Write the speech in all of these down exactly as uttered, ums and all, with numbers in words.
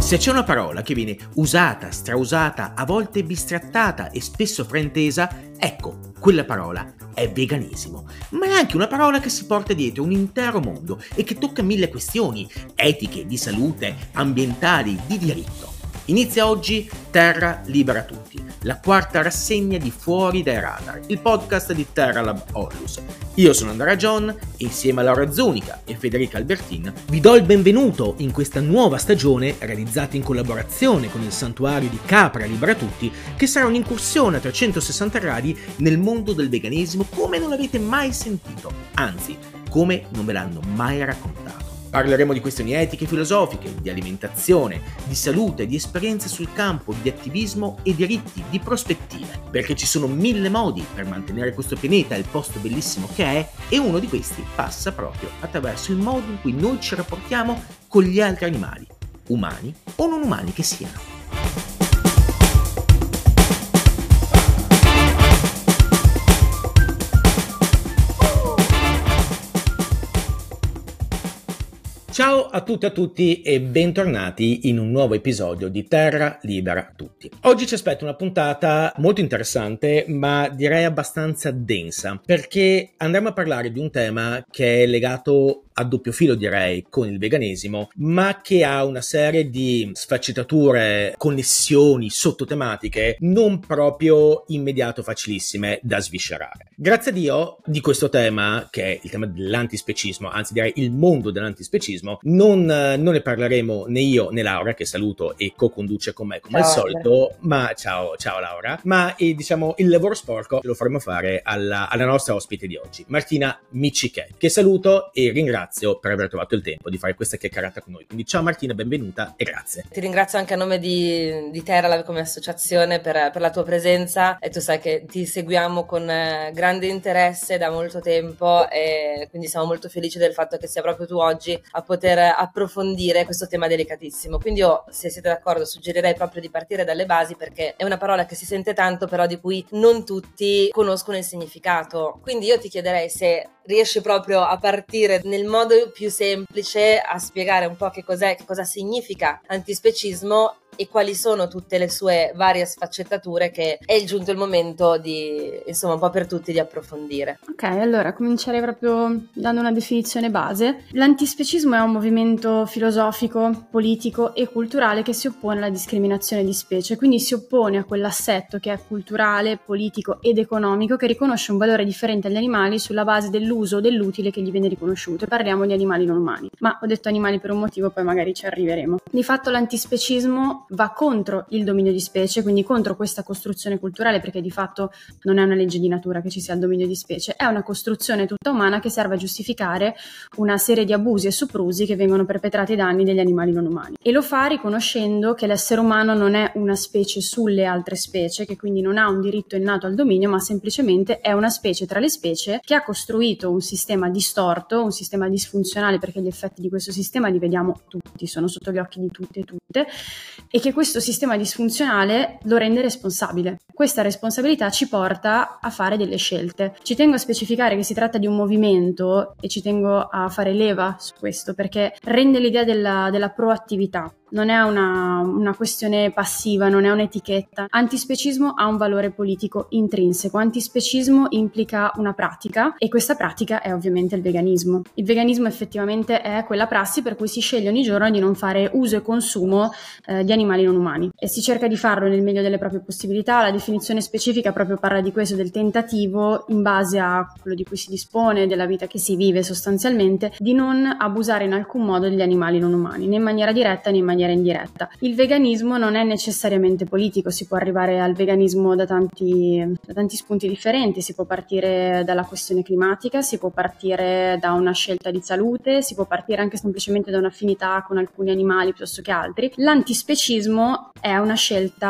Se c'è una parola che viene usata, strausata, a volte bistrattata e spesso fraintesa, ecco, quella parola è veganesimo. Ma è anche una parola che si porta dietro un intero mondo e che tocca mille questioni etiche, di salute, ambientali, di diritto. Inizia oggi Terra Libera Tutti, la quarta rassegna di Fuori dai Radar, il podcast di Terra Lab Onlus. Io sono Andrea John e insieme a Laura Zunica e Federica Albertin vi do il benvenuto in questa nuova stagione realizzata in collaborazione con il santuario di Capra Libera Tutti, che sarà un'incursione a trecentosessanta gradi nel mondo del veganesimo come non l'avete mai sentito, anzi, come non ve l'hanno mai raccontato. Parleremo di questioni etiche e filosofiche, di alimentazione, di salute, di esperienze sul campo, di attivismo e diritti, di prospettive, perché ci sono mille modi per mantenere questo pianeta il posto bellissimo che è, e uno di questi passa proprio attraverso il modo in cui noi ci rapportiamo con gli altri animali, umani o non umani che siano. Ciao a tutte e a tutti e bentornati in un nuovo episodio di Terra Libera Tutti. Oggi ci aspetta una puntata molto interessante, ma direi abbastanza densa, perché andremo a parlare di un tema che è legato a doppio filo, direi, con il veganesimo, ma che ha una serie di sfaccettature, connessioni, sottotematiche non proprio immediato facilissime da sviscerare. Grazie a Dio di questo tema, che è il tema dell'antispecismo, anzi direi il mondo dell'antispecismo, non, non ne parleremo né io né Laura, che saluto e co-conduce con me come ciao, al solito, ma ciao, ciao Laura, ma e, diciamo il lavoro sporco lo faremo fare alla, alla nostra ospite di oggi, Martina Miccichè, che saluto e ringrazio per aver trovato il tempo di fare questa chiacchierata con noi. Quindi ciao Martina, benvenuta e grazie. Ti ringrazio anche a nome di, di Terra come associazione per, per la tua presenza, e tu sai che ti seguiamo con eh, grande interesse da molto tempo, e quindi siamo molto felici del fatto che sia proprio tu oggi a poter approfondire questo tema delicatissimo. Quindi io, se siete d'accordo, suggerirei proprio di partire dalle basi, perché è una parola che si sente tanto però di cui non tutti conoscono il significato. Quindi io ti chiederei se riesci proprio a partire nel modo più semplice a spiegare un po' che cos'è, che cosa significa antispecismo e quali sono tutte le sue varie sfaccettature, che è giunto il momento di, insomma, un po' per tutti di approfondire. Ok, allora comincerei proprio dando una definizione base. L'antispecismo è un movimento filosofico, politico e culturale che si oppone alla discriminazione di specie, quindi si oppone a quell'assetto che è culturale, politico ed economico, che riconosce un valore differente agli animali sulla base dell'uso o dell'utile che gli viene riconosciuto. E parliamo di animali non umani, ma ho detto animali per un motivo, poi magari ci arriveremo. Di fatto l'antispecismo va contro il dominio di specie, quindi contro questa costruzione culturale, perché di fatto non è una legge di natura che ci sia il dominio di specie, è una costruzione tutta umana che serve a giustificare una serie di abusi e soprusi che vengono perpetrati ai danni degli animali non umani, e lo fa riconoscendo che l'essere umano non è una specie sulle altre specie, che quindi non ha un diritto innato al dominio, ma semplicemente è una specie tra le specie che ha costruito un sistema distorto, un sistema disfunzionale, perché gli effetti di questo sistema li vediamo tutti, sono sotto gli occhi di tutte e tutte, e che questo sistema disfunzionale lo rende responsabile. Questa responsabilità ci porta a fare delle scelte. Ci tengo a specificare che si tratta di un movimento e ci tengo a fare leva su questo, perché rende l'idea della, della proattività. Non è una, una questione passiva, non è un'etichetta. Antispecismo ha un valore politico intrinseco. Antispecismo implica una pratica, e questa pratica è ovviamente il veganismo. Il veganismo effettivamente è quella prassi per cui si sceglie ogni giorno di non fare uso e consumo eh, di animali non umani, e si cerca di farlo nel meglio delle proprie possibilità. La definizione specifica proprio parla di questo, del tentativo, in base a quello di cui si dispone, della vita che si vive sostanzialmente, di non abusare in alcun modo degli animali non umani, né in maniera diretta né in maniera indiretta. Il veganismo non è necessariamente politico, si può arrivare al veganismo da tanti, da tanti spunti differenti. Si può partire dalla questione climatica, si può partire da una scelta di salute, si può partire anche semplicemente da un'affinità con alcuni animali piuttosto che altri. L'antispecismo è una scelta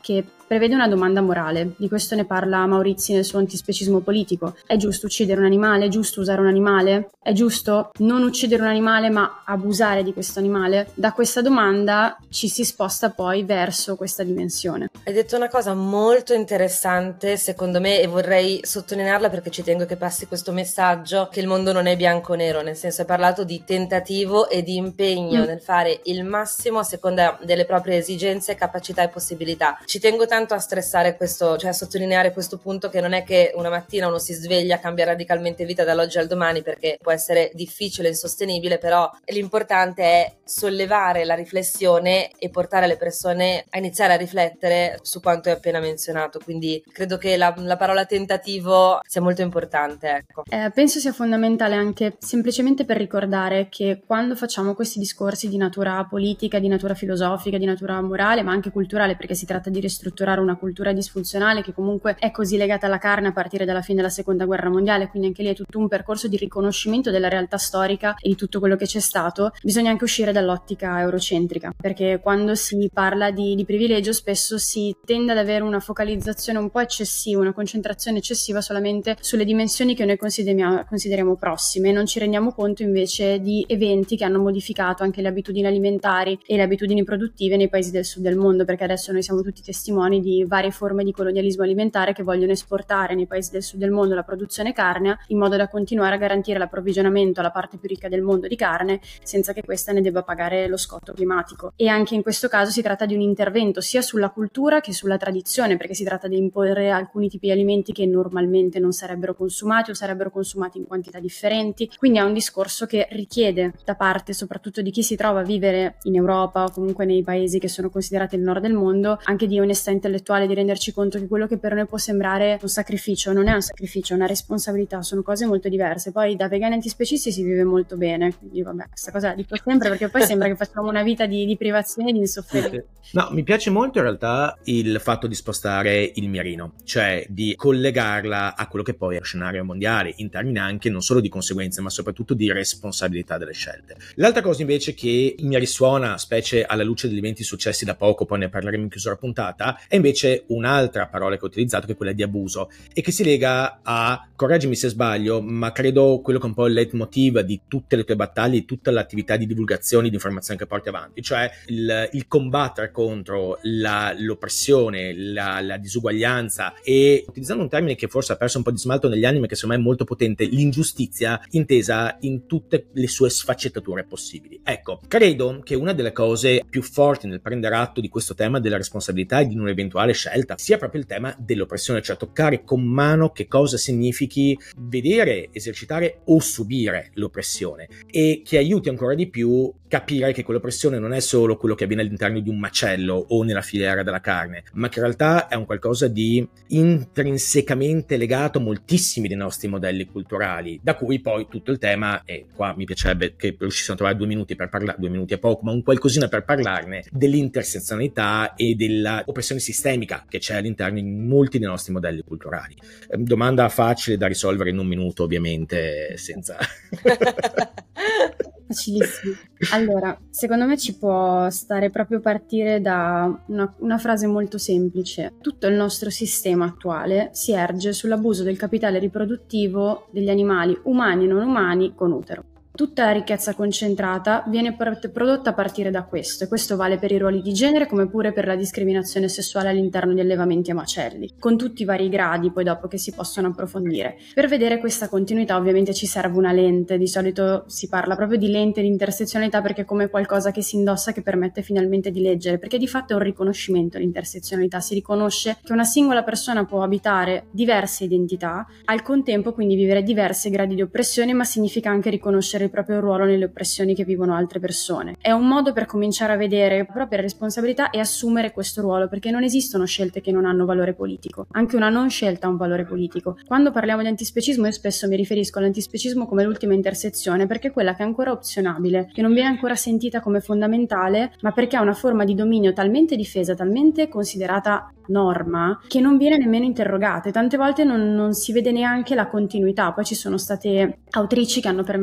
che prevede una domanda morale. Di questo ne parla Maurizi nel suo Antispecismo politico. È giusto uccidere un animale? È giusto usare un animale? È giusto non uccidere un animale ma abusare di questo animale? Da questa domanda ci si sposta poi verso questa dimensione. Hai detto una cosa molto interessante secondo me, e vorrei sottolinearla perché ci tengo che passi questo messaggio, che il mondo non è bianco-nero, nel senso hai parlato di tentativo e di impegno mm. nel fare il massimo a seconda delle proprie esigenze, capacità e possibilità. Ci tengo tanto a stressare questo, cioè a sottolineare questo punto, che non è che una mattina uno si sveglia, cambia radicalmente vita dall'oggi al domani, perché può essere difficile e insostenibile, però l'importante è sollevare la riflessione e portare le persone a iniziare a riflettere su quanto hai appena menzionato, quindi credo che la, la parola tentativo sia molto importante, ecco. Eh, penso sia fondamentale anche semplicemente per ricordare che quando facciamo questi discorsi di natura politica, di natura filosofica, di natura morale, ma anche culturale, perché si tratta di ristrutturare una cultura disfunzionale che comunque è così legata alla carne a partire dalla fine della seconda guerra mondiale, quindi anche lì è tutto un percorso di riconoscimento della realtà storica e di tutto quello che c'è stato. Bisogna anche uscire dall'ottica eurocentrica, perché quando si parla di, di privilegio spesso si tende ad avere una focalizzazione un po' eccessiva, una concentrazione eccessiva solamente sulle dimensioni che noi consideriamo, consideriamo prossime, e non ci rendiamo conto invece di eventi che hanno modificato anche le abitudini alimentari e le abitudini produttive nei paesi del sud del mondo, perché adesso noi siamo tutti testimoni di varie forme di colonialismo alimentare che vogliono esportare nei paesi del sud del mondo la produzione carnea in modo da continuare a garantire l'approvvigionamento alla parte più ricca del mondo di carne senza che questa ne debba pagare lo scotto climatico. E anche in questo caso si tratta di un intervento sia sulla cultura che sulla tradizione, perché si tratta di imporre alcuni tipi di alimenti che normalmente non sarebbero consumati o sarebbero consumati in quantità differenti. Quindi è un discorso che richiede da parte soprattutto di chi si trova a vivere in Europa o comunque nei paesi che sono considerati il nord del mondo anche di onestà intellettuale, di renderci conto che quello che per noi può sembrare un sacrificio non è un sacrificio, è una responsabilità, sono cose molto diverse. Poi da vegani antispecisti si vive molto bene, quindi vabbè, questa cosa la dico sempre perché poi sembra che facciamo una vita di, di privazione e di insofferenza. No, mi piace molto in realtà il fatto di spostare il mirino, cioè di collegarla a quello che poi è lo scenario mondiale, in termini anche non solo di conseguenze ma soprattutto di responsabilità delle scelte. L'altra cosa invece che mi risuona, specie alla luce degli eventi successi da poco, poi ne parleremo in chiusura puntata, è invece un'altra parola che ho utilizzato, che è quella di abuso, e che si lega a, correggimi se sbaglio, ma credo quello che è un po' il leitmotiv di tutte le tue battaglie, di tutta l'attività di divulgazione, di informazione che porti avanti, cioè il, il combattere contro la, l'oppressione, la, la disuguaglianza e, utilizzando un termine che forse ha perso un po' di smalto negli anni ma che secondo me è molto potente, l'ingiustizia intesa in tutte le sue sfaccettature possibili. Ecco, credo che una delle cose più forti nel prendere atto di questo tema della responsabilità e di un'eventuale scelta sia proprio il tema dell'oppressione, cioè toccare con mano che cosa significhi vedere, esercitare o subire l'oppressione, e che aiuti ancora di più capire che quell'oppressione non è solo quello che avviene all'interno di un macello o nella filiera della carne, ma che in realtà è un qualcosa di intrinsecamente legato a moltissimi dei nostri modelli culturali, da cui poi tutto il tema, e qua mi piacerebbe che riuscissimo a trovare due minuti per parlare, due minuti è poco, ma un qualcosina per parlarne, dell'intersezionalità e dell'oppressione sistemica che c'è all'interno di molti dei nostri modelli culturali. Domanda facile da risolvere in un minuto, ovviamente, senza... Facilissimo. Allora, secondo me ci può stare proprio partire da una, una frase molto semplice. Tutto il nostro sistema attuale si erge sull'abuso del capitale riproduttivo degli animali umani e non umani con utero. Tutta la ricchezza concentrata viene prodotta a partire da questo, e questo vale per i ruoli di genere come pure per la discriminazione sessuale all'interno di allevamenti a macelli, con tutti i vari gradi poi dopo che si possono approfondire. Per vedere questa continuità ovviamente ci serve una lente, di solito si parla proprio di lente di intersezionalità perché è come qualcosa che si indossa che permette finalmente di leggere, perché di fatto è un riconoscimento l'intersezionalità, si riconosce che una singola persona può abitare diverse identità, al contempo quindi vivere diversi gradi di oppressione, ma significa anche riconoscere il proprio ruolo nelle oppressioni che vivono altre persone. È un modo per cominciare a vedere la propria responsabilità e assumere questo ruolo, perché non esistono scelte che non hanno valore politico, anche una non scelta ha un valore politico. Quando parliamo di antispecismo io spesso mi riferisco all'antispecismo come l'ultima intersezione, perché è quella che è ancora opzionabile, che non viene ancora sentita come fondamentale, ma perché ha una forma di dominio talmente difesa, talmente considerata norma, che non viene nemmeno interrogata, e tante volte non, non si vede neanche la continuità. Poi ci sono state autrici che hanno permesso di vedere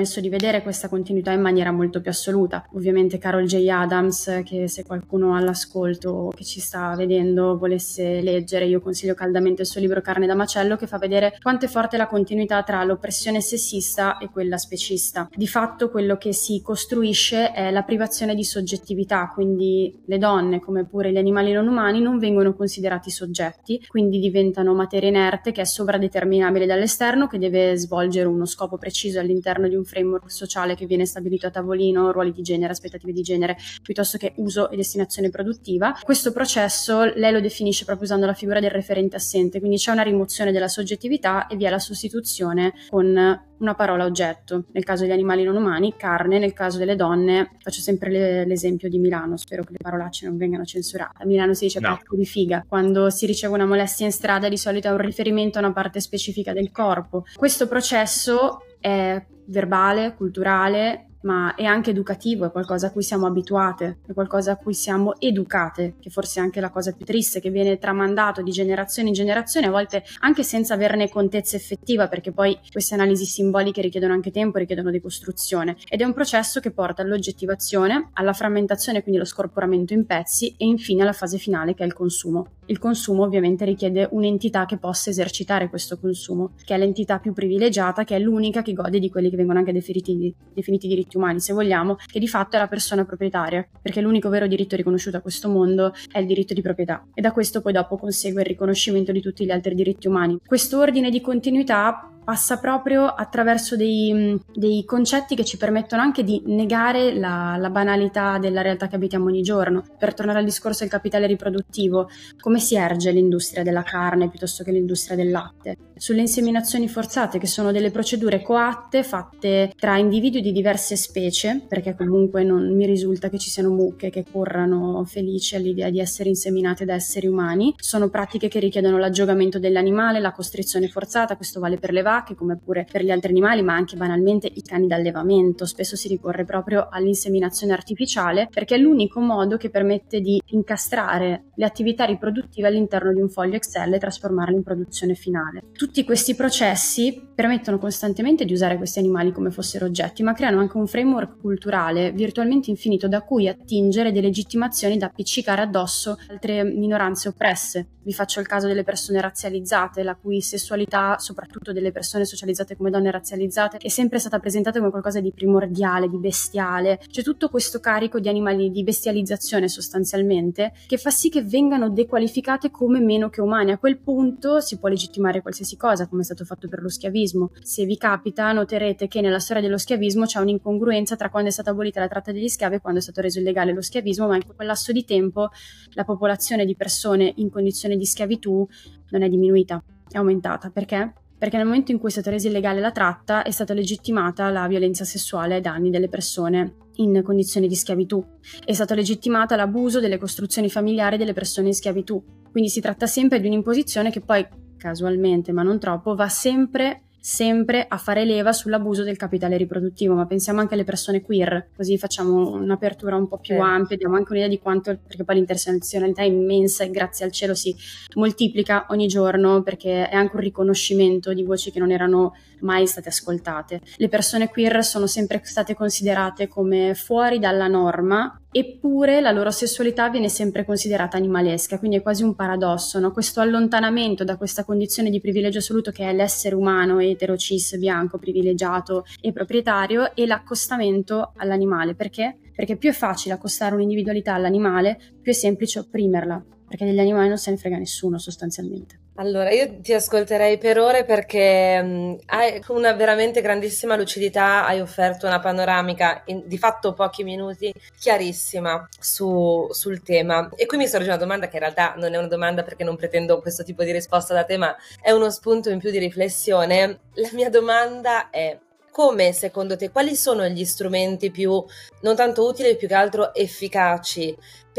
vedere questa continuità in maniera molto più assoluta. Ovviamente Carol J. Adams, che se qualcuno all'ascolto o che ci sta vedendo volesse leggere, io consiglio caldamente il suo libro Carne da macello, che fa vedere quanto è forte la continuità tra l'oppressione sessista e quella specista. Di fatto quello che si costruisce è la privazione di soggettività, quindi le donne, come pure gli animali non umani, non vengono considerati soggetti, quindi diventano materia inerte che è sovradeterminabile dall'esterno, che deve svolgere uno scopo preciso all'interno di un framework sociale che viene stabilito a tavolino, ruoli di genere, aspettative di genere, piuttosto che uso e destinazione produttiva. Questo processo lei lo definisce proprio usando la figura del referente assente, quindi c'è una rimozione della soggettività e vi è la sostituzione con una parola oggetto, nel caso degli animali non umani, carne, nel caso delle donne, faccio sempre le, l'esempio di Milano, spero che le parolacce non vengano censurate. A Milano si dice no. pezzo di figa, quando si riceve una molestia in strada di solito è un riferimento a una parte specifica del corpo. Questo processo è verbale, culturale, ma è anche educativo, è qualcosa a cui siamo abituate, è qualcosa a cui siamo educate, che forse è anche la cosa più triste, che viene tramandato di generazione in generazione, a volte anche senza averne contezza effettiva, perché poi queste analisi simboliche richiedono anche tempo, richiedono decostruzione, ed è un processo che porta all'oggettivazione, alla frammentazione, quindi lo scorporamento in pezzi, e infine alla fase finale, che è il consumo. Il consumo ovviamente richiede un'entità che possa esercitare questo consumo, che è l'entità più privilegiata, che è l'unica che gode di quelli che vengono anche definiti, definiti diritti umani, se vogliamo, che di fatto è la persona proprietaria, perché l'unico vero diritto riconosciuto a questo mondo è il diritto di proprietà, e da questo poi dopo consegue il riconoscimento di tutti gli altri diritti umani. Questo ordine di continuità passa proprio attraverso dei, dei concetti che ci permettono anche di negare la, la banalità della realtà che abitiamo ogni giorno. Per tornare al discorso del capitale riproduttivo, come si erge l'industria della carne piuttosto che l'industria del latte? Sulle inseminazioni forzate, che sono delle procedure coatte fatte tra individui di diverse specie, perché comunque non mi risulta che ci siano mucche che corrano felici all'idea di essere inseminate da esseri umani. Sono pratiche che richiedono l'aggiogamento dell'animale, la costrizione forzata, questo vale per le vacche come pure per gli altri animali, ma anche banalmente i cani d'allevamento. Spesso si ricorre proprio all'inseminazione artificiale, perché è l'unico modo che permette di incastrare le attività riproduttive all'interno di un foglio Excel e trasformarle in produzione finale. Tutti questi processi permettono costantemente di usare questi animali come fossero oggetti, ma creano anche un framework culturale virtualmente infinito da cui attingere delegittimazioni da appiccicare addosso altre minoranze oppresse. Vi faccio il caso delle persone razzializzate, la cui sessualità, soprattutto delle persone socializzate come donne razzializzate, è sempre stata presentata come qualcosa di primordiale, di bestiale. C'è tutto questo carico di animali, di bestializzazione sostanzialmente, che fa sì che vengano dequalificate come meno che umane. A quel punto si può legittimare qualsiasi cosa, come è stato fatto per lo schiavismo. Se vi capita, noterete che nella storia dello schiavismo c'è un'incongruenza tra quando è stata abolita la tratta degli schiavi e quando è stato reso illegale lo schiavismo, ma in quel lasso di tempo la popolazione di persone in condizione di schiavitù non è diminuita, è aumentata. Perché? Perché nel momento in cui è stata resa illegale la tratta è stata legittimata la violenza sessuale ai danni delle persone in condizioni di schiavitù, è stata legittimata l'abuso delle costruzioni familiari delle persone in schiavitù. Quindi si tratta sempre di un'imposizione che poi, casualmente ma non troppo, va sempre sempre a fare leva sull'abuso del capitale riproduttivo. Ma pensiamo anche alle persone queer, così facciamo un'apertura un po' più sì. ampia, diamo anche un'idea di quanto, perché poi l'intersezionalità è immensa e grazie al cielo si moltiplica ogni giorno, perché è anche un riconoscimento di voci che non erano mai state ascoltate. Le persone queer sono sempre state considerate come fuori dalla norma, eppure la loro sessualità viene sempre considerata animalesca, quindi è quasi un paradosso, no? Questo allontanamento da questa condizione di privilegio assoluto che è l'essere umano etero, cis, bianco, privilegiato e proprietario, e l'accostamento all'animale. Perché? Perché più è facile accostare un'individualità all'animale, più è semplice opprimerla, perché degli animali non se ne frega nessuno sostanzialmente. Allora, io ti ascolterei per ore perché mh, hai una veramente grandissima lucidità, hai offerto una panoramica in di fatto pochi minuti chiarissima su, sul tema. E qui mi sorge una domanda che in realtà non è una domanda perché non pretendo questo tipo di risposta da te, ma è uno spunto in più di riflessione. La mia domanda è: come secondo te, quali sono gli strumenti più, non tanto utili, più che altro efficaci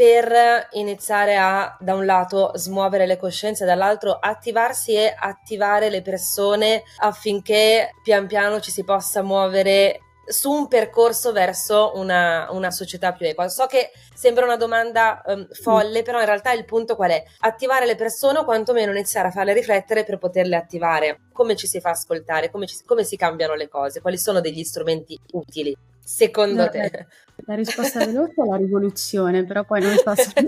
per iniziare a, da un lato, smuovere le coscienze, dall'altro attivarsi e attivare le persone affinché pian piano ci si possa muovere su un percorso verso una, una società più equa. So che sembra una domanda um, folle, però in realtà il punto qual è? Attivare le persone o quantomeno iniziare a farle riflettere per poterle attivare. Come ci si fa ascoltare? Come, ci, come si cambiano le cose? Quali sono degli strumenti utili, secondo no, te? La risposta veloce è la rivoluzione, però poi non so se...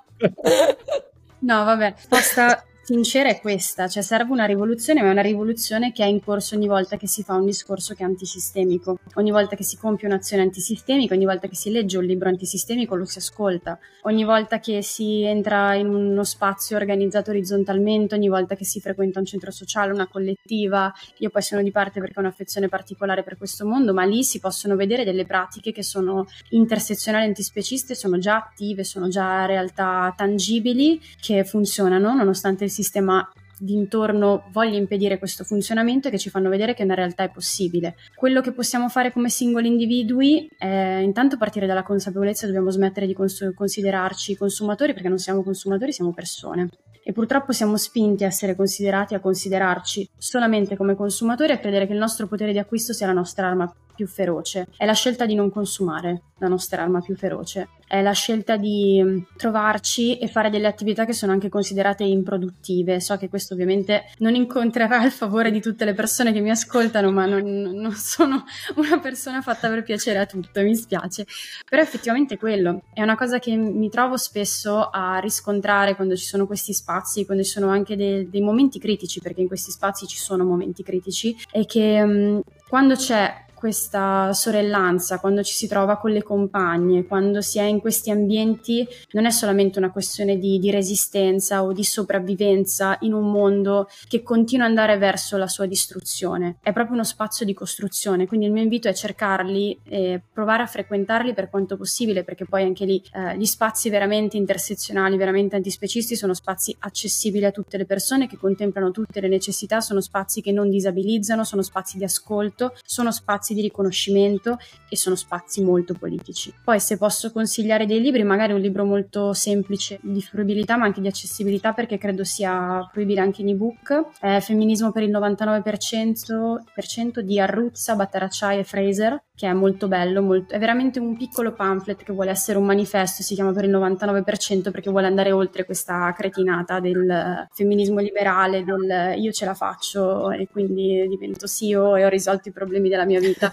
No, vabbè, risposta sincera è questa, cioè serve una rivoluzione, ma è una rivoluzione che è in corso ogni volta che si fa un discorso che è antisistemico, ogni volta che si compie un'azione antisistemica, ogni volta che si legge un libro antisistemico lo si ascolta, ogni volta che si entra in uno spazio organizzato orizzontalmente, ogni volta che si frequenta un centro sociale, una collettiva. Io poi sono di parte perché ho un'affezione particolare per questo mondo, ma lì si possono vedere delle pratiche che sono intersezionali antispeciste, sono già attive, sono già realtà tangibili che funzionano nonostante il sistema d'intorno voglia impedire questo funzionamento e che ci fanno vedere che una realtà è possibile. Quello che possiamo fare come singoli individui è intanto partire dalla consapevolezza, dobbiamo smettere di cons- considerarci consumatori, perché non siamo consumatori, siamo persone. E purtroppo siamo spinti a essere considerati, a considerarci solamente come consumatori, a credere che il nostro potere di acquisto sia la nostra arma più feroce. È la scelta di non consumare la nostra arma più feroce, è la scelta di trovarci e fare delle attività che sono anche considerate improduttive. So che questo ovviamente non incontrerà il favore di tutte le persone che mi ascoltano, ma non, non sono una persona fatta per piacere a tutte, mi spiace, però effettivamente quello è una cosa che mi trovo spesso a riscontrare quando ci sono questi spazi, quando ci sono anche dei, dei momenti critici, perché in questi spazi ci sono momenti critici, e che mh, quando c'è questa sorellanza, quando ci si trova con le compagne, quando si è in questi ambienti, non è solamente una questione di, di resistenza o di sopravvivenza in un mondo che continua ad andare verso la sua distruzione, è proprio uno spazio di costruzione. Quindi il mio invito è cercarli e provare a frequentarli per quanto possibile, perché poi anche lì eh, gli spazi veramente intersezionali, veramente antispecisti sono spazi accessibili a tutte le persone, che contemplano tutte le necessità, sono spazi che non disabilizzano, sono spazi di ascolto, sono spazi di riconoscimento e sono spazi molto politici. Poi, se posso consigliare dei libri, magari un libro molto semplice di fruibilità ma anche di accessibilità, perché credo sia fruibile anche in ebook, è Femminismo per il novantanove per cento di Arruzza, Battaracciai e Fraser, che è molto bello, molto, è veramente un piccolo pamphlet che vuole essere un manifesto, si chiama per il novantanove per cento perché vuole andare oltre questa cretinata del femminismo liberale, del io ce la faccio e quindi divento C E O e ho risolto i problemi della mia vita.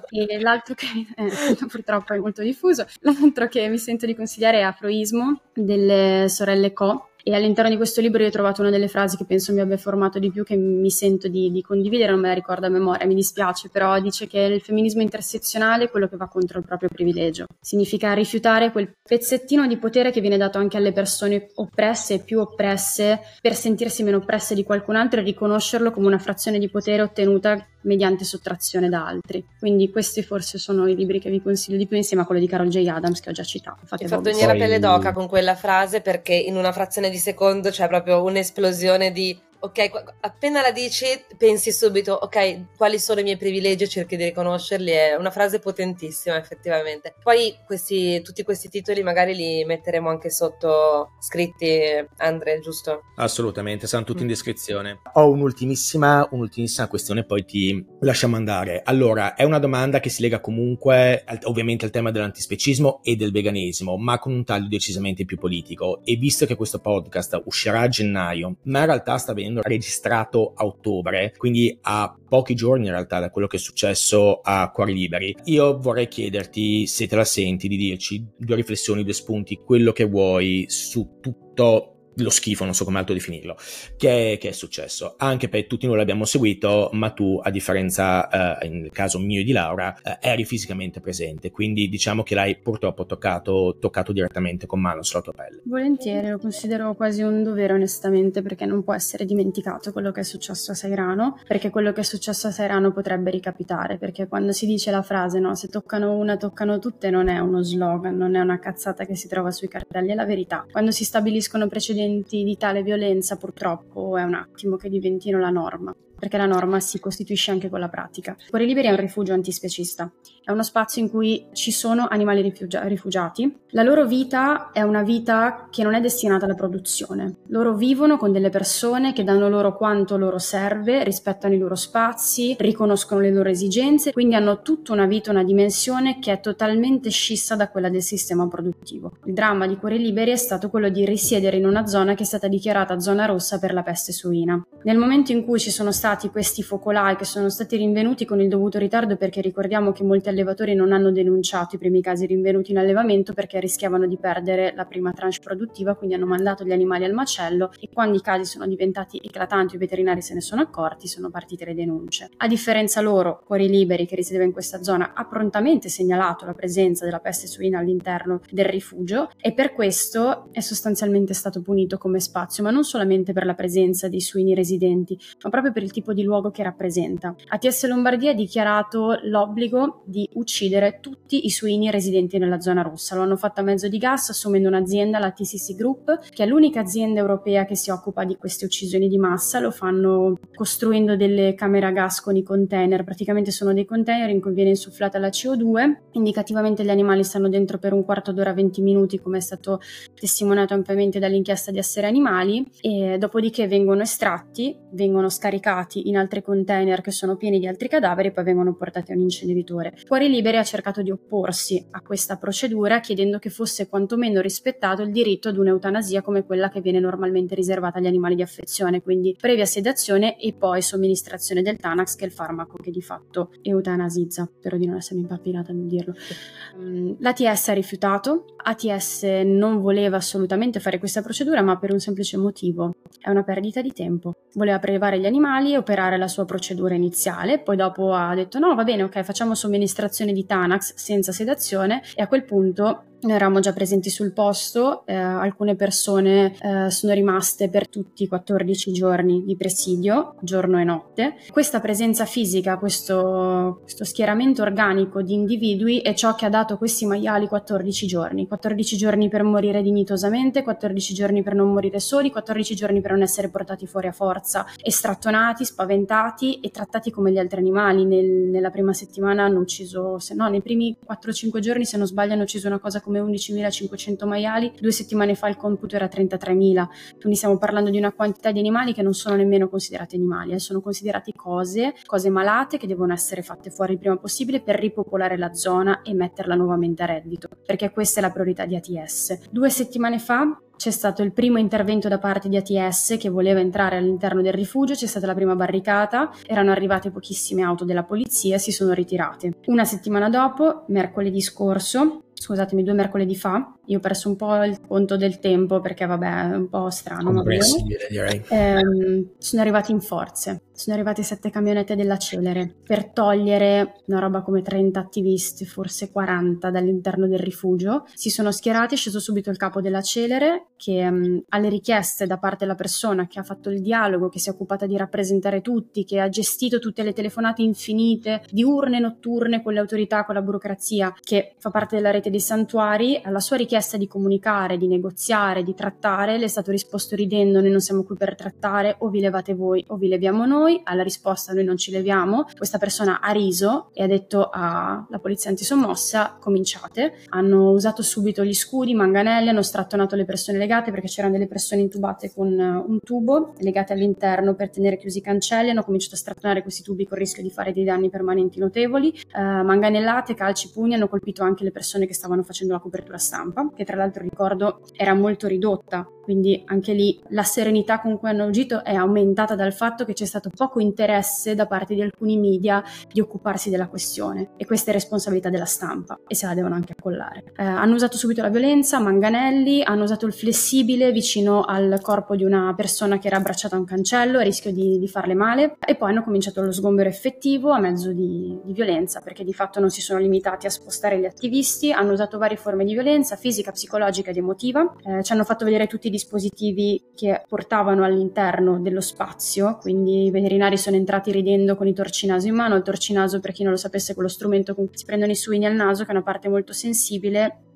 E l'altro che eh, purtroppo è molto diffuso, l'altro che mi sento di consigliare è Afroismo delle sorelle Co. E all'interno di questo libro io ho trovato una delle frasi che penso mi abbia formato di più, che mi sento di, di condividere, non me la ricordo a memoria, mi dispiace, però dice che il femminismo intersezionale è quello che va contro il proprio privilegio. Significa rifiutare quel pezzettino di potere che viene dato anche alle persone oppresse e più oppresse per sentirsi meno oppresse di qualcun altro e riconoscerlo come una frazione di potere ottenuta mediante sottrazione da altri. Quindi questi forse sono i libri che vi consiglio di più, insieme a quello di Carol J. Adams che ho già citato. Mi ha fatto venire la pelle d'oca con quella frase, perché in una frazione di secondo c'è proprio un'esplosione di ok, appena la dici pensi subito ok, quali sono i miei privilegi e cerchi di riconoscerli. È una frase potentissima effettivamente. Poi questi, tutti questi titoli magari li metteremo anche sotto scritti, Andre, giusto? Assolutamente, saranno tutti in descrizione. Ho un'ultimissima, un'ultimissima questione, poi ti lasciamo andare. Allora, è una domanda che si lega comunque al, ovviamente al tema dell'antispecismo e del veganesimo, ma con un taglio decisamente più politico. E visto che questo podcast uscirà a gennaio, ma in realtà sta venendo registrato a ottobre, quindi a pochi giorni in realtà da quello che è successo a Cuori Liberi, io vorrei chiederti, se te la senti, di dirci due riflessioni, due spunti, quello che vuoi su tutto lo schifo, non so come altro definirlo, che è, che è successo, anche perché tutti noi l'abbiamo seguito, ma tu, a differenza eh, nel caso mio e di Laura, eh, eri fisicamente presente, quindi diciamo che l'hai purtroppo toccato, toccato direttamente con mano sulla tua pelle. Volentieri, lo considero quasi un dovere onestamente, perché non può essere dimenticato quello che è successo a Sairano, perché quello che è successo a Sairano potrebbe ricapitare, perché quando si dice la frase no, se toccano una toccano tutte, non è uno slogan, non è una cazzata che si trova sui cartelli, è la verità. Quando si stabiliscono precedenti di tale violenza, purtroppo è un attimo che diventino la norma. perché la norma si costituisce anche con la pratica. Cuori Liberi è un rifugio antispecista, è uno spazio in cui ci sono animali rifugia- rifugiati. La loro vita è una vita che non è destinata alla produzione. Loro vivono con delle persone che danno loro quanto loro serve, rispettano i loro spazi, riconoscono le loro esigenze, quindi hanno tutta una vita, una dimensione che è totalmente scissa da quella del sistema produttivo. Il dramma di Cuori Liberi è stato quello di risiedere in una zona che è stata dichiarata zona rossa per la peste suina. Nel momento in cui ci sono stati questi focolai che sono stati rinvenuti con il dovuto ritardo, perché ricordiamo che molti allevatori non hanno denunciato i primi casi rinvenuti in allevamento perché rischiavano di perdere la prima tranche produttiva, quindi hanno mandato gli animali al macello, e quando i casi sono diventati eclatanti, i veterinari se ne sono accorti, sono partite le denunce. A differenza loro, Cuori Liberi, che risiedeva in questa zona, ha prontamente segnalato la presenza della peste suina all'interno del rifugio, e per questo è sostanzialmente stato punito come spazio, ma non solamente per la presenza di suini residenti, ma proprio per il tipo di luogo che rappresenta. A T S Lombardia ha dichiarato l'obbligo di uccidere tutti i suini residenti nella zona rossa. Lo hanno fatto a mezzo di gas, assumendo un'azienda, la T C C Group, che è l'unica azienda europea che si occupa di queste uccisioni di massa. Lo fanno costruendo delle camere a gas con i container, praticamente sono dei container in cui viene insufflata la C O due, indicativamente gli animali stanno dentro per un quarto d'ora, venti minuti, come è stato testimoniato ampiamente dall'inchiesta di Essere Animali, e dopodiché vengono estratti, vengono scaricati in altri container che sono pieni di altri cadaveri e poi vengono portati a un inceneritore. Cuori Liberi ha cercato di opporsi a questa procedura, chiedendo che fosse quantomeno rispettato il diritto ad un'eutanasia come quella che viene normalmente riservata agli animali di affezione, quindi previa sedazione e poi somministrazione del Tanax, che è il farmaco che di fatto eutanasizza. Spero di non essere impappinata nel dirlo. L'A T S ha rifiutato. A T S non voleva assolutamente fare questa procedura, ma per un semplice motivo: è una perdita di tempo. Voleva prelevare gli animali e operare la sua procedura iniziale, poi dopo ha detto no, va bene, ok, facciamo somministrazione di Tanax senza sedazione, e a quel punto noi eravamo già presenti sul posto, eh, alcune persone eh, sono rimaste per tutti i quattordici giorni di presidio, giorno e notte. Questa presenza fisica, questo, questo schieramento organico di individui è ciò che ha dato questi maiali quattordici giorni. quattordici giorni per morire dignitosamente, quattordici giorni per non morire soli, quattordici giorni per non essere portati fuori a forza, estrattonati, spaventati e trattati come gli altri animali. Nel, nella prima settimana hanno ucciso, se no, nei primi quattro cinque giorni, se non sbaglio, hanno ucciso una cosa come undicimilacinquecento maiali. Due settimane fa il computo era trentatremila, quindi stiamo parlando di una quantità di animali che non sono nemmeno considerati animali, eh. Sono considerati cose, cose malate che devono essere fatte fuori il prima possibile per ripopolare la zona e metterla nuovamente a reddito, perché questa è la priorità di A T S. Due settimane fa c'è stato il primo intervento da parte di A T S che voleva entrare all'interno del rifugio, c'è stata la prima barricata, erano arrivate pochissime auto della polizia, si sono ritirate. Una settimana dopo, mercoledì scorso, scusatemi, due mercoledì fa, io ho perso un po' il conto del tempo perché vabbè è un po' strano, comprensibile, direi. Ehm, sono arrivati in forze, sono arrivate sette camionette della Celere per togliere una roba come trenta attivisti, forse quaranta, dall'interno del rifugio. Si sono schierati, è sceso subito il capo della Celere che um, alle richieste da parte della persona che ha fatto il dialogo, che si è occupata di rappresentare tutti, che ha gestito tutte le telefonate infinite, diurne e notturne con le autorità, con la burocrazia che fa parte della rete dei santuari, alla sua richiesta di comunicare, di negoziare, di trattare, le è stato risposto ridendo: noi non siamo qui per trattare, o vi levate voi o vi leviamo noi. Alla risposta: noi non ci leviamo. Questa persona ha riso e ha detto alla polizia antisommossa: cominciate. Hanno usato subito gli scudi, manganelli, hanno strattonato le persone legate, perché c'erano delle persone intubate con un tubo legate all'interno per tenere chiusi i cancelli. Hanno cominciato a strattonare questi tubi con il rischio di fare dei danni permanenti notevoli. Uh, manganellate, calci, pugni, hanno colpito anche le persone che stavano facendo la copertura stampa, che tra l'altro ricordo era molto ridotta, quindi anche lì la serenità con cui hanno agito è aumentata dal fatto che c'è stato poco interesse da parte di alcuni media di occuparsi della questione, e questa è responsabilità della stampa e se la devono anche accollare. Eh, hanno usato subito la violenza, manganelli, hanno usato il flessibile vicino al corpo di una persona che era abbracciata a un cancello a rischio di, di farle male, e poi hanno cominciato lo sgombero effettivo a mezzo di, di violenza, perché di fatto non si sono limitati a spostare gli attivisti, hanno usato varie forme di violenza fisica, psicologica ed emotiva. Eh, ci hanno fatto vedere tutti i dispositivi che portavano all'interno dello spazio, quindi i veterinari sono entrati ridendo con i torcinaso in mano. Il torcinaso, per chi non lo sapesse, è quello strumento con cui si prendono i suini al naso, che è una parte molto sensibile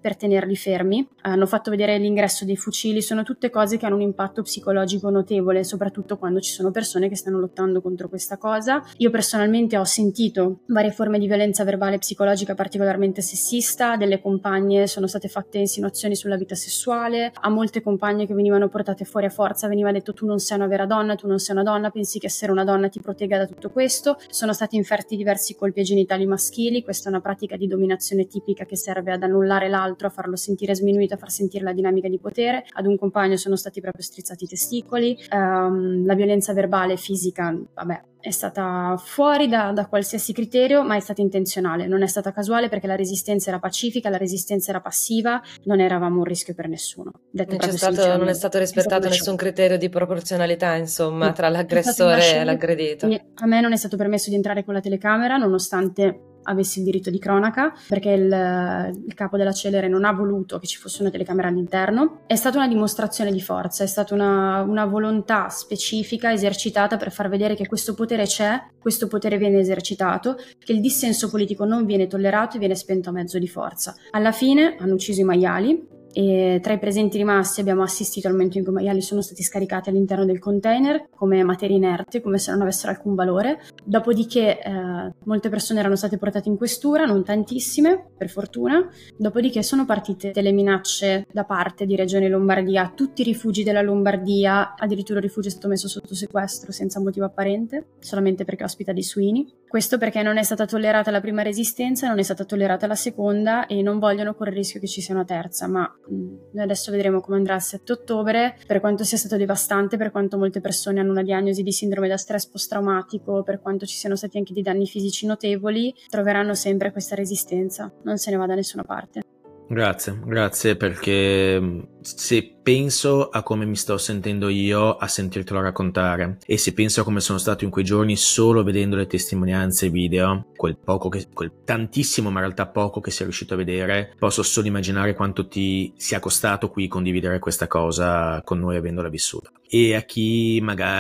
per tenerli fermi, hanno fatto vedere l'ingresso dei fucili, sono tutte cose che hanno un impatto psicologico notevole, soprattutto quando ci sono persone che stanno lottando contro questa cosa. Io personalmente ho sentito varie forme di violenza verbale e psicologica particolarmente sessista, delle compagne sono state fatte insinuazioni sulla vita sessuale, a molte compagne che venivano portate fuori a forza veniva detto tu non sei una vera donna, tu non sei una donna, pensi che essere una donna ti protegga da tutto questo, sono stati inferti diversi colpi ai genitali maschili, questa è una pratica di dominazione tipica che serve ad annullare l'altro, a farlo sentire sminuito, a far sentire la dinamica di potere. Ad un compagno sono stati proprio strizzati i testicoli, um, la violenza verbale e fisica, vabbè, è stata fuori da, da qualsiasi criterio, ma è stata intenzionale, non è stata casuale perché la resistenza era pacifica, la resistenza era passiva, non eravamo un rischio per nessuno. Non, c'è stato, non è stato rispettato stato nessun criterio di proporzionalità, insomma, no, tra l'aggressore e l'aggredito. A me non è stato permesso di entrare con la telecamera, nonostante avessi il diritto di cronaca, perché il, il capo della Celere non ha voluto che ci fosse una telecamera all'interno. È stata una dimostrazione di forza, è stata una, una volontà specifica esercitata per far vedere che questo potere c'è, questo potere viene esercitato, che il dissenso politico non viene tollerato e viene spento a mezzo di forza. Alla fine hanno ucciso i maiali, e tra i presenti rimasti abbiamo assistito al momento in cui i maiali sono stati scaricati all'interno del container come materia inerte, come se non avessero alcun valore. Dopodiché eh, molte persone erano state portate in questura, non tantissime, per fortuna. Dopodiché sono partite delle minacce da parte di Regione Lombardia, tutti i rifugi della Lombardia, addirittura il rifugio è stato messo sotto sequestro senza motivo apparente, solamente perché ospita dei suini. Questo perché non è stata tollerata la prima resistenza, non è stata tollerata la seconda e non vogliono correre il rischio che ci sia una terza, ma noi adesso vedremo come andrà il sette ottobre, per quanto sia stato devastante, per quanto molte persone hanno una diagnosi di sindrome da stress post-traumatico, per quanto ci siano stati anche dei danni fisici notevoli, troveranno sempre questa resistenza, non se ne va da nessuna parte. Grazie, grazie, perché se penso a come mi sto sentendo io a sentirtelo raccontare e se penso a come sono stato in quei giorni solo vedendo le testimonianze video, quel poco che, quel tantissimo ma in realtà poco che sei riuscito a vedere, posso solo immaginare quanto ti sia costato qui condividere questa cosa con noi avendola vissuta. E a chi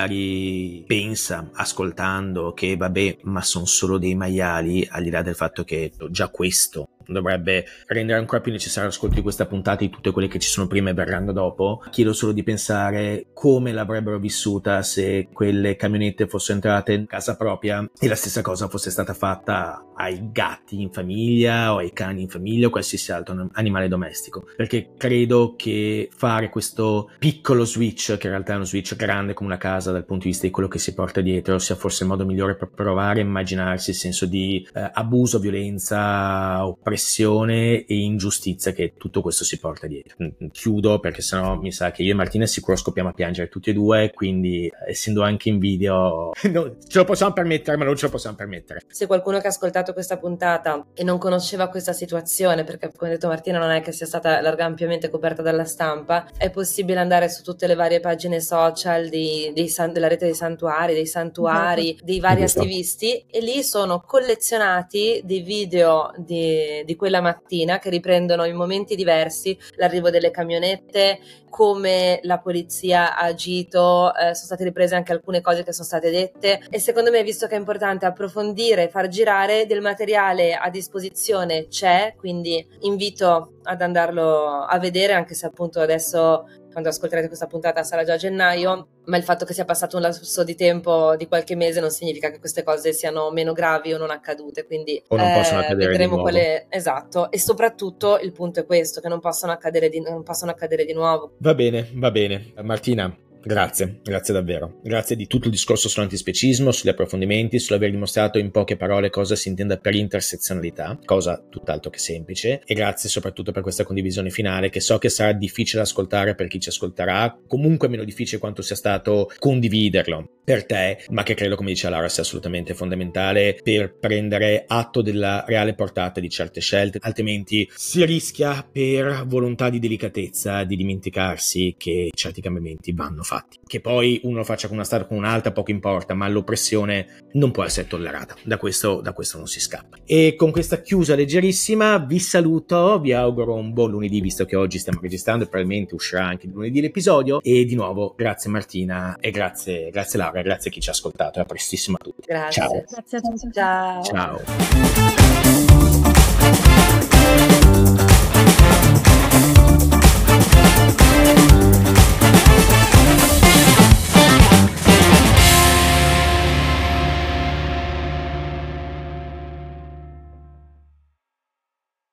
magari pensa, ascoltando, che vabbè, ma sono solo dei maiali, al di là del fatto che già questo dovrebbe rendere ancora più necessario l'ascolto di questa puntata e di tutte quelle che ci sono prima e verranno dopo, chiedo solo di pensare come l'avrebbero vissuta se quelle camionette fossero entrate in casa propria e la stessa cosa fosse stata fatta ai gatti in famiglia o ai cani in famiglia o qualsiasi altro animale domestico, perché credo che fare questo piccolo switch, che in realtà è uno switch grande come una casa dal punto di vista di quello che si porta dietro, sia forse il modo migliore per provare a immaginarsi il senso di eh, abuso, violenza, oppressione e ingiustizia che tutto questo si porta dietro. Chiudo perché sennò mi sa che io e Martina sicuro scoppiamo a piangere tutti e due, quindi essendo anche in video no, ce lo possiamo permettere, ma non ce lo possiamo permettere. Se qualcuno che ha ascoltato questa puntata e non conosceva questa situazione, perché come ha detto Martina non è che sia stata larga, ampiamente coperta dalla stampa, è possibile andare su tutte le varie pagine social di, dei, della rete dei santuari, dei santuari, dei vari attivisti, e lì sono collezionati dei video di di quella mattina che riprendono in momenti diversi l'arrivo delle camionette, come la polizia ha agito, eh, sono state riprese anche alcune cose che sono state dette e secondo me, visto che è importante approfondire, far girare del materiale a disposizione c'è, quindi invito ad andarlo a vedere, anche se appunto adesso quando ascolterete questa puntata sarà già a gennaio, ma il fatto che sia passato un lasso di tempo di qualche mese non significa che queste cose siano meno gravi o non accadute, quindi o non eh, possono accadere vedremo di nuovo. Quale esatto, e soprattutto il punto è questo, che non possono accadere di, non possono accadere di nuovo. Va bene, va bene. Martina, grazie, grazie davvero. Grazie di tutto il discorso sull'antispecismo, sugli approfondimenti, sull'aver dimostrato in poche parole cosa si intenda per intersezionalità, cosa tutt'altro che semplice, e grazie soprattutto per questa condivisione finale che so che sarà difficile ascoltare per chi ci ascolterà, comunque meno difficile quanto sia stato condividerlo per te, ma che credo, come dice Laura, sia assolutamente fondamentale per prendere atto della reale portata di certe scelte, altrimenti si rischia per volontà di delicatezza di dimenticarsi che certi cambiamenti vanno fatti. Che poi uno lo faccia con una strada o con un'altra poco importa, ma l'oppressione non può essere tollerata, da questo, da questo non si scappa. E con questa chiusa leggerissima vi saluto, vi auguro un buon lunedì, visto che oggi stiamo registrando e probabilmente uscirà anche il lunedì l'episodio, e di nuovo grazie Martina e grazie, grazie Laura e grazie a chi ci ha ascoltato, e a prestissimo a tutti. Grazie. Ciao. Grazie a tutti. Ciao. Ciao.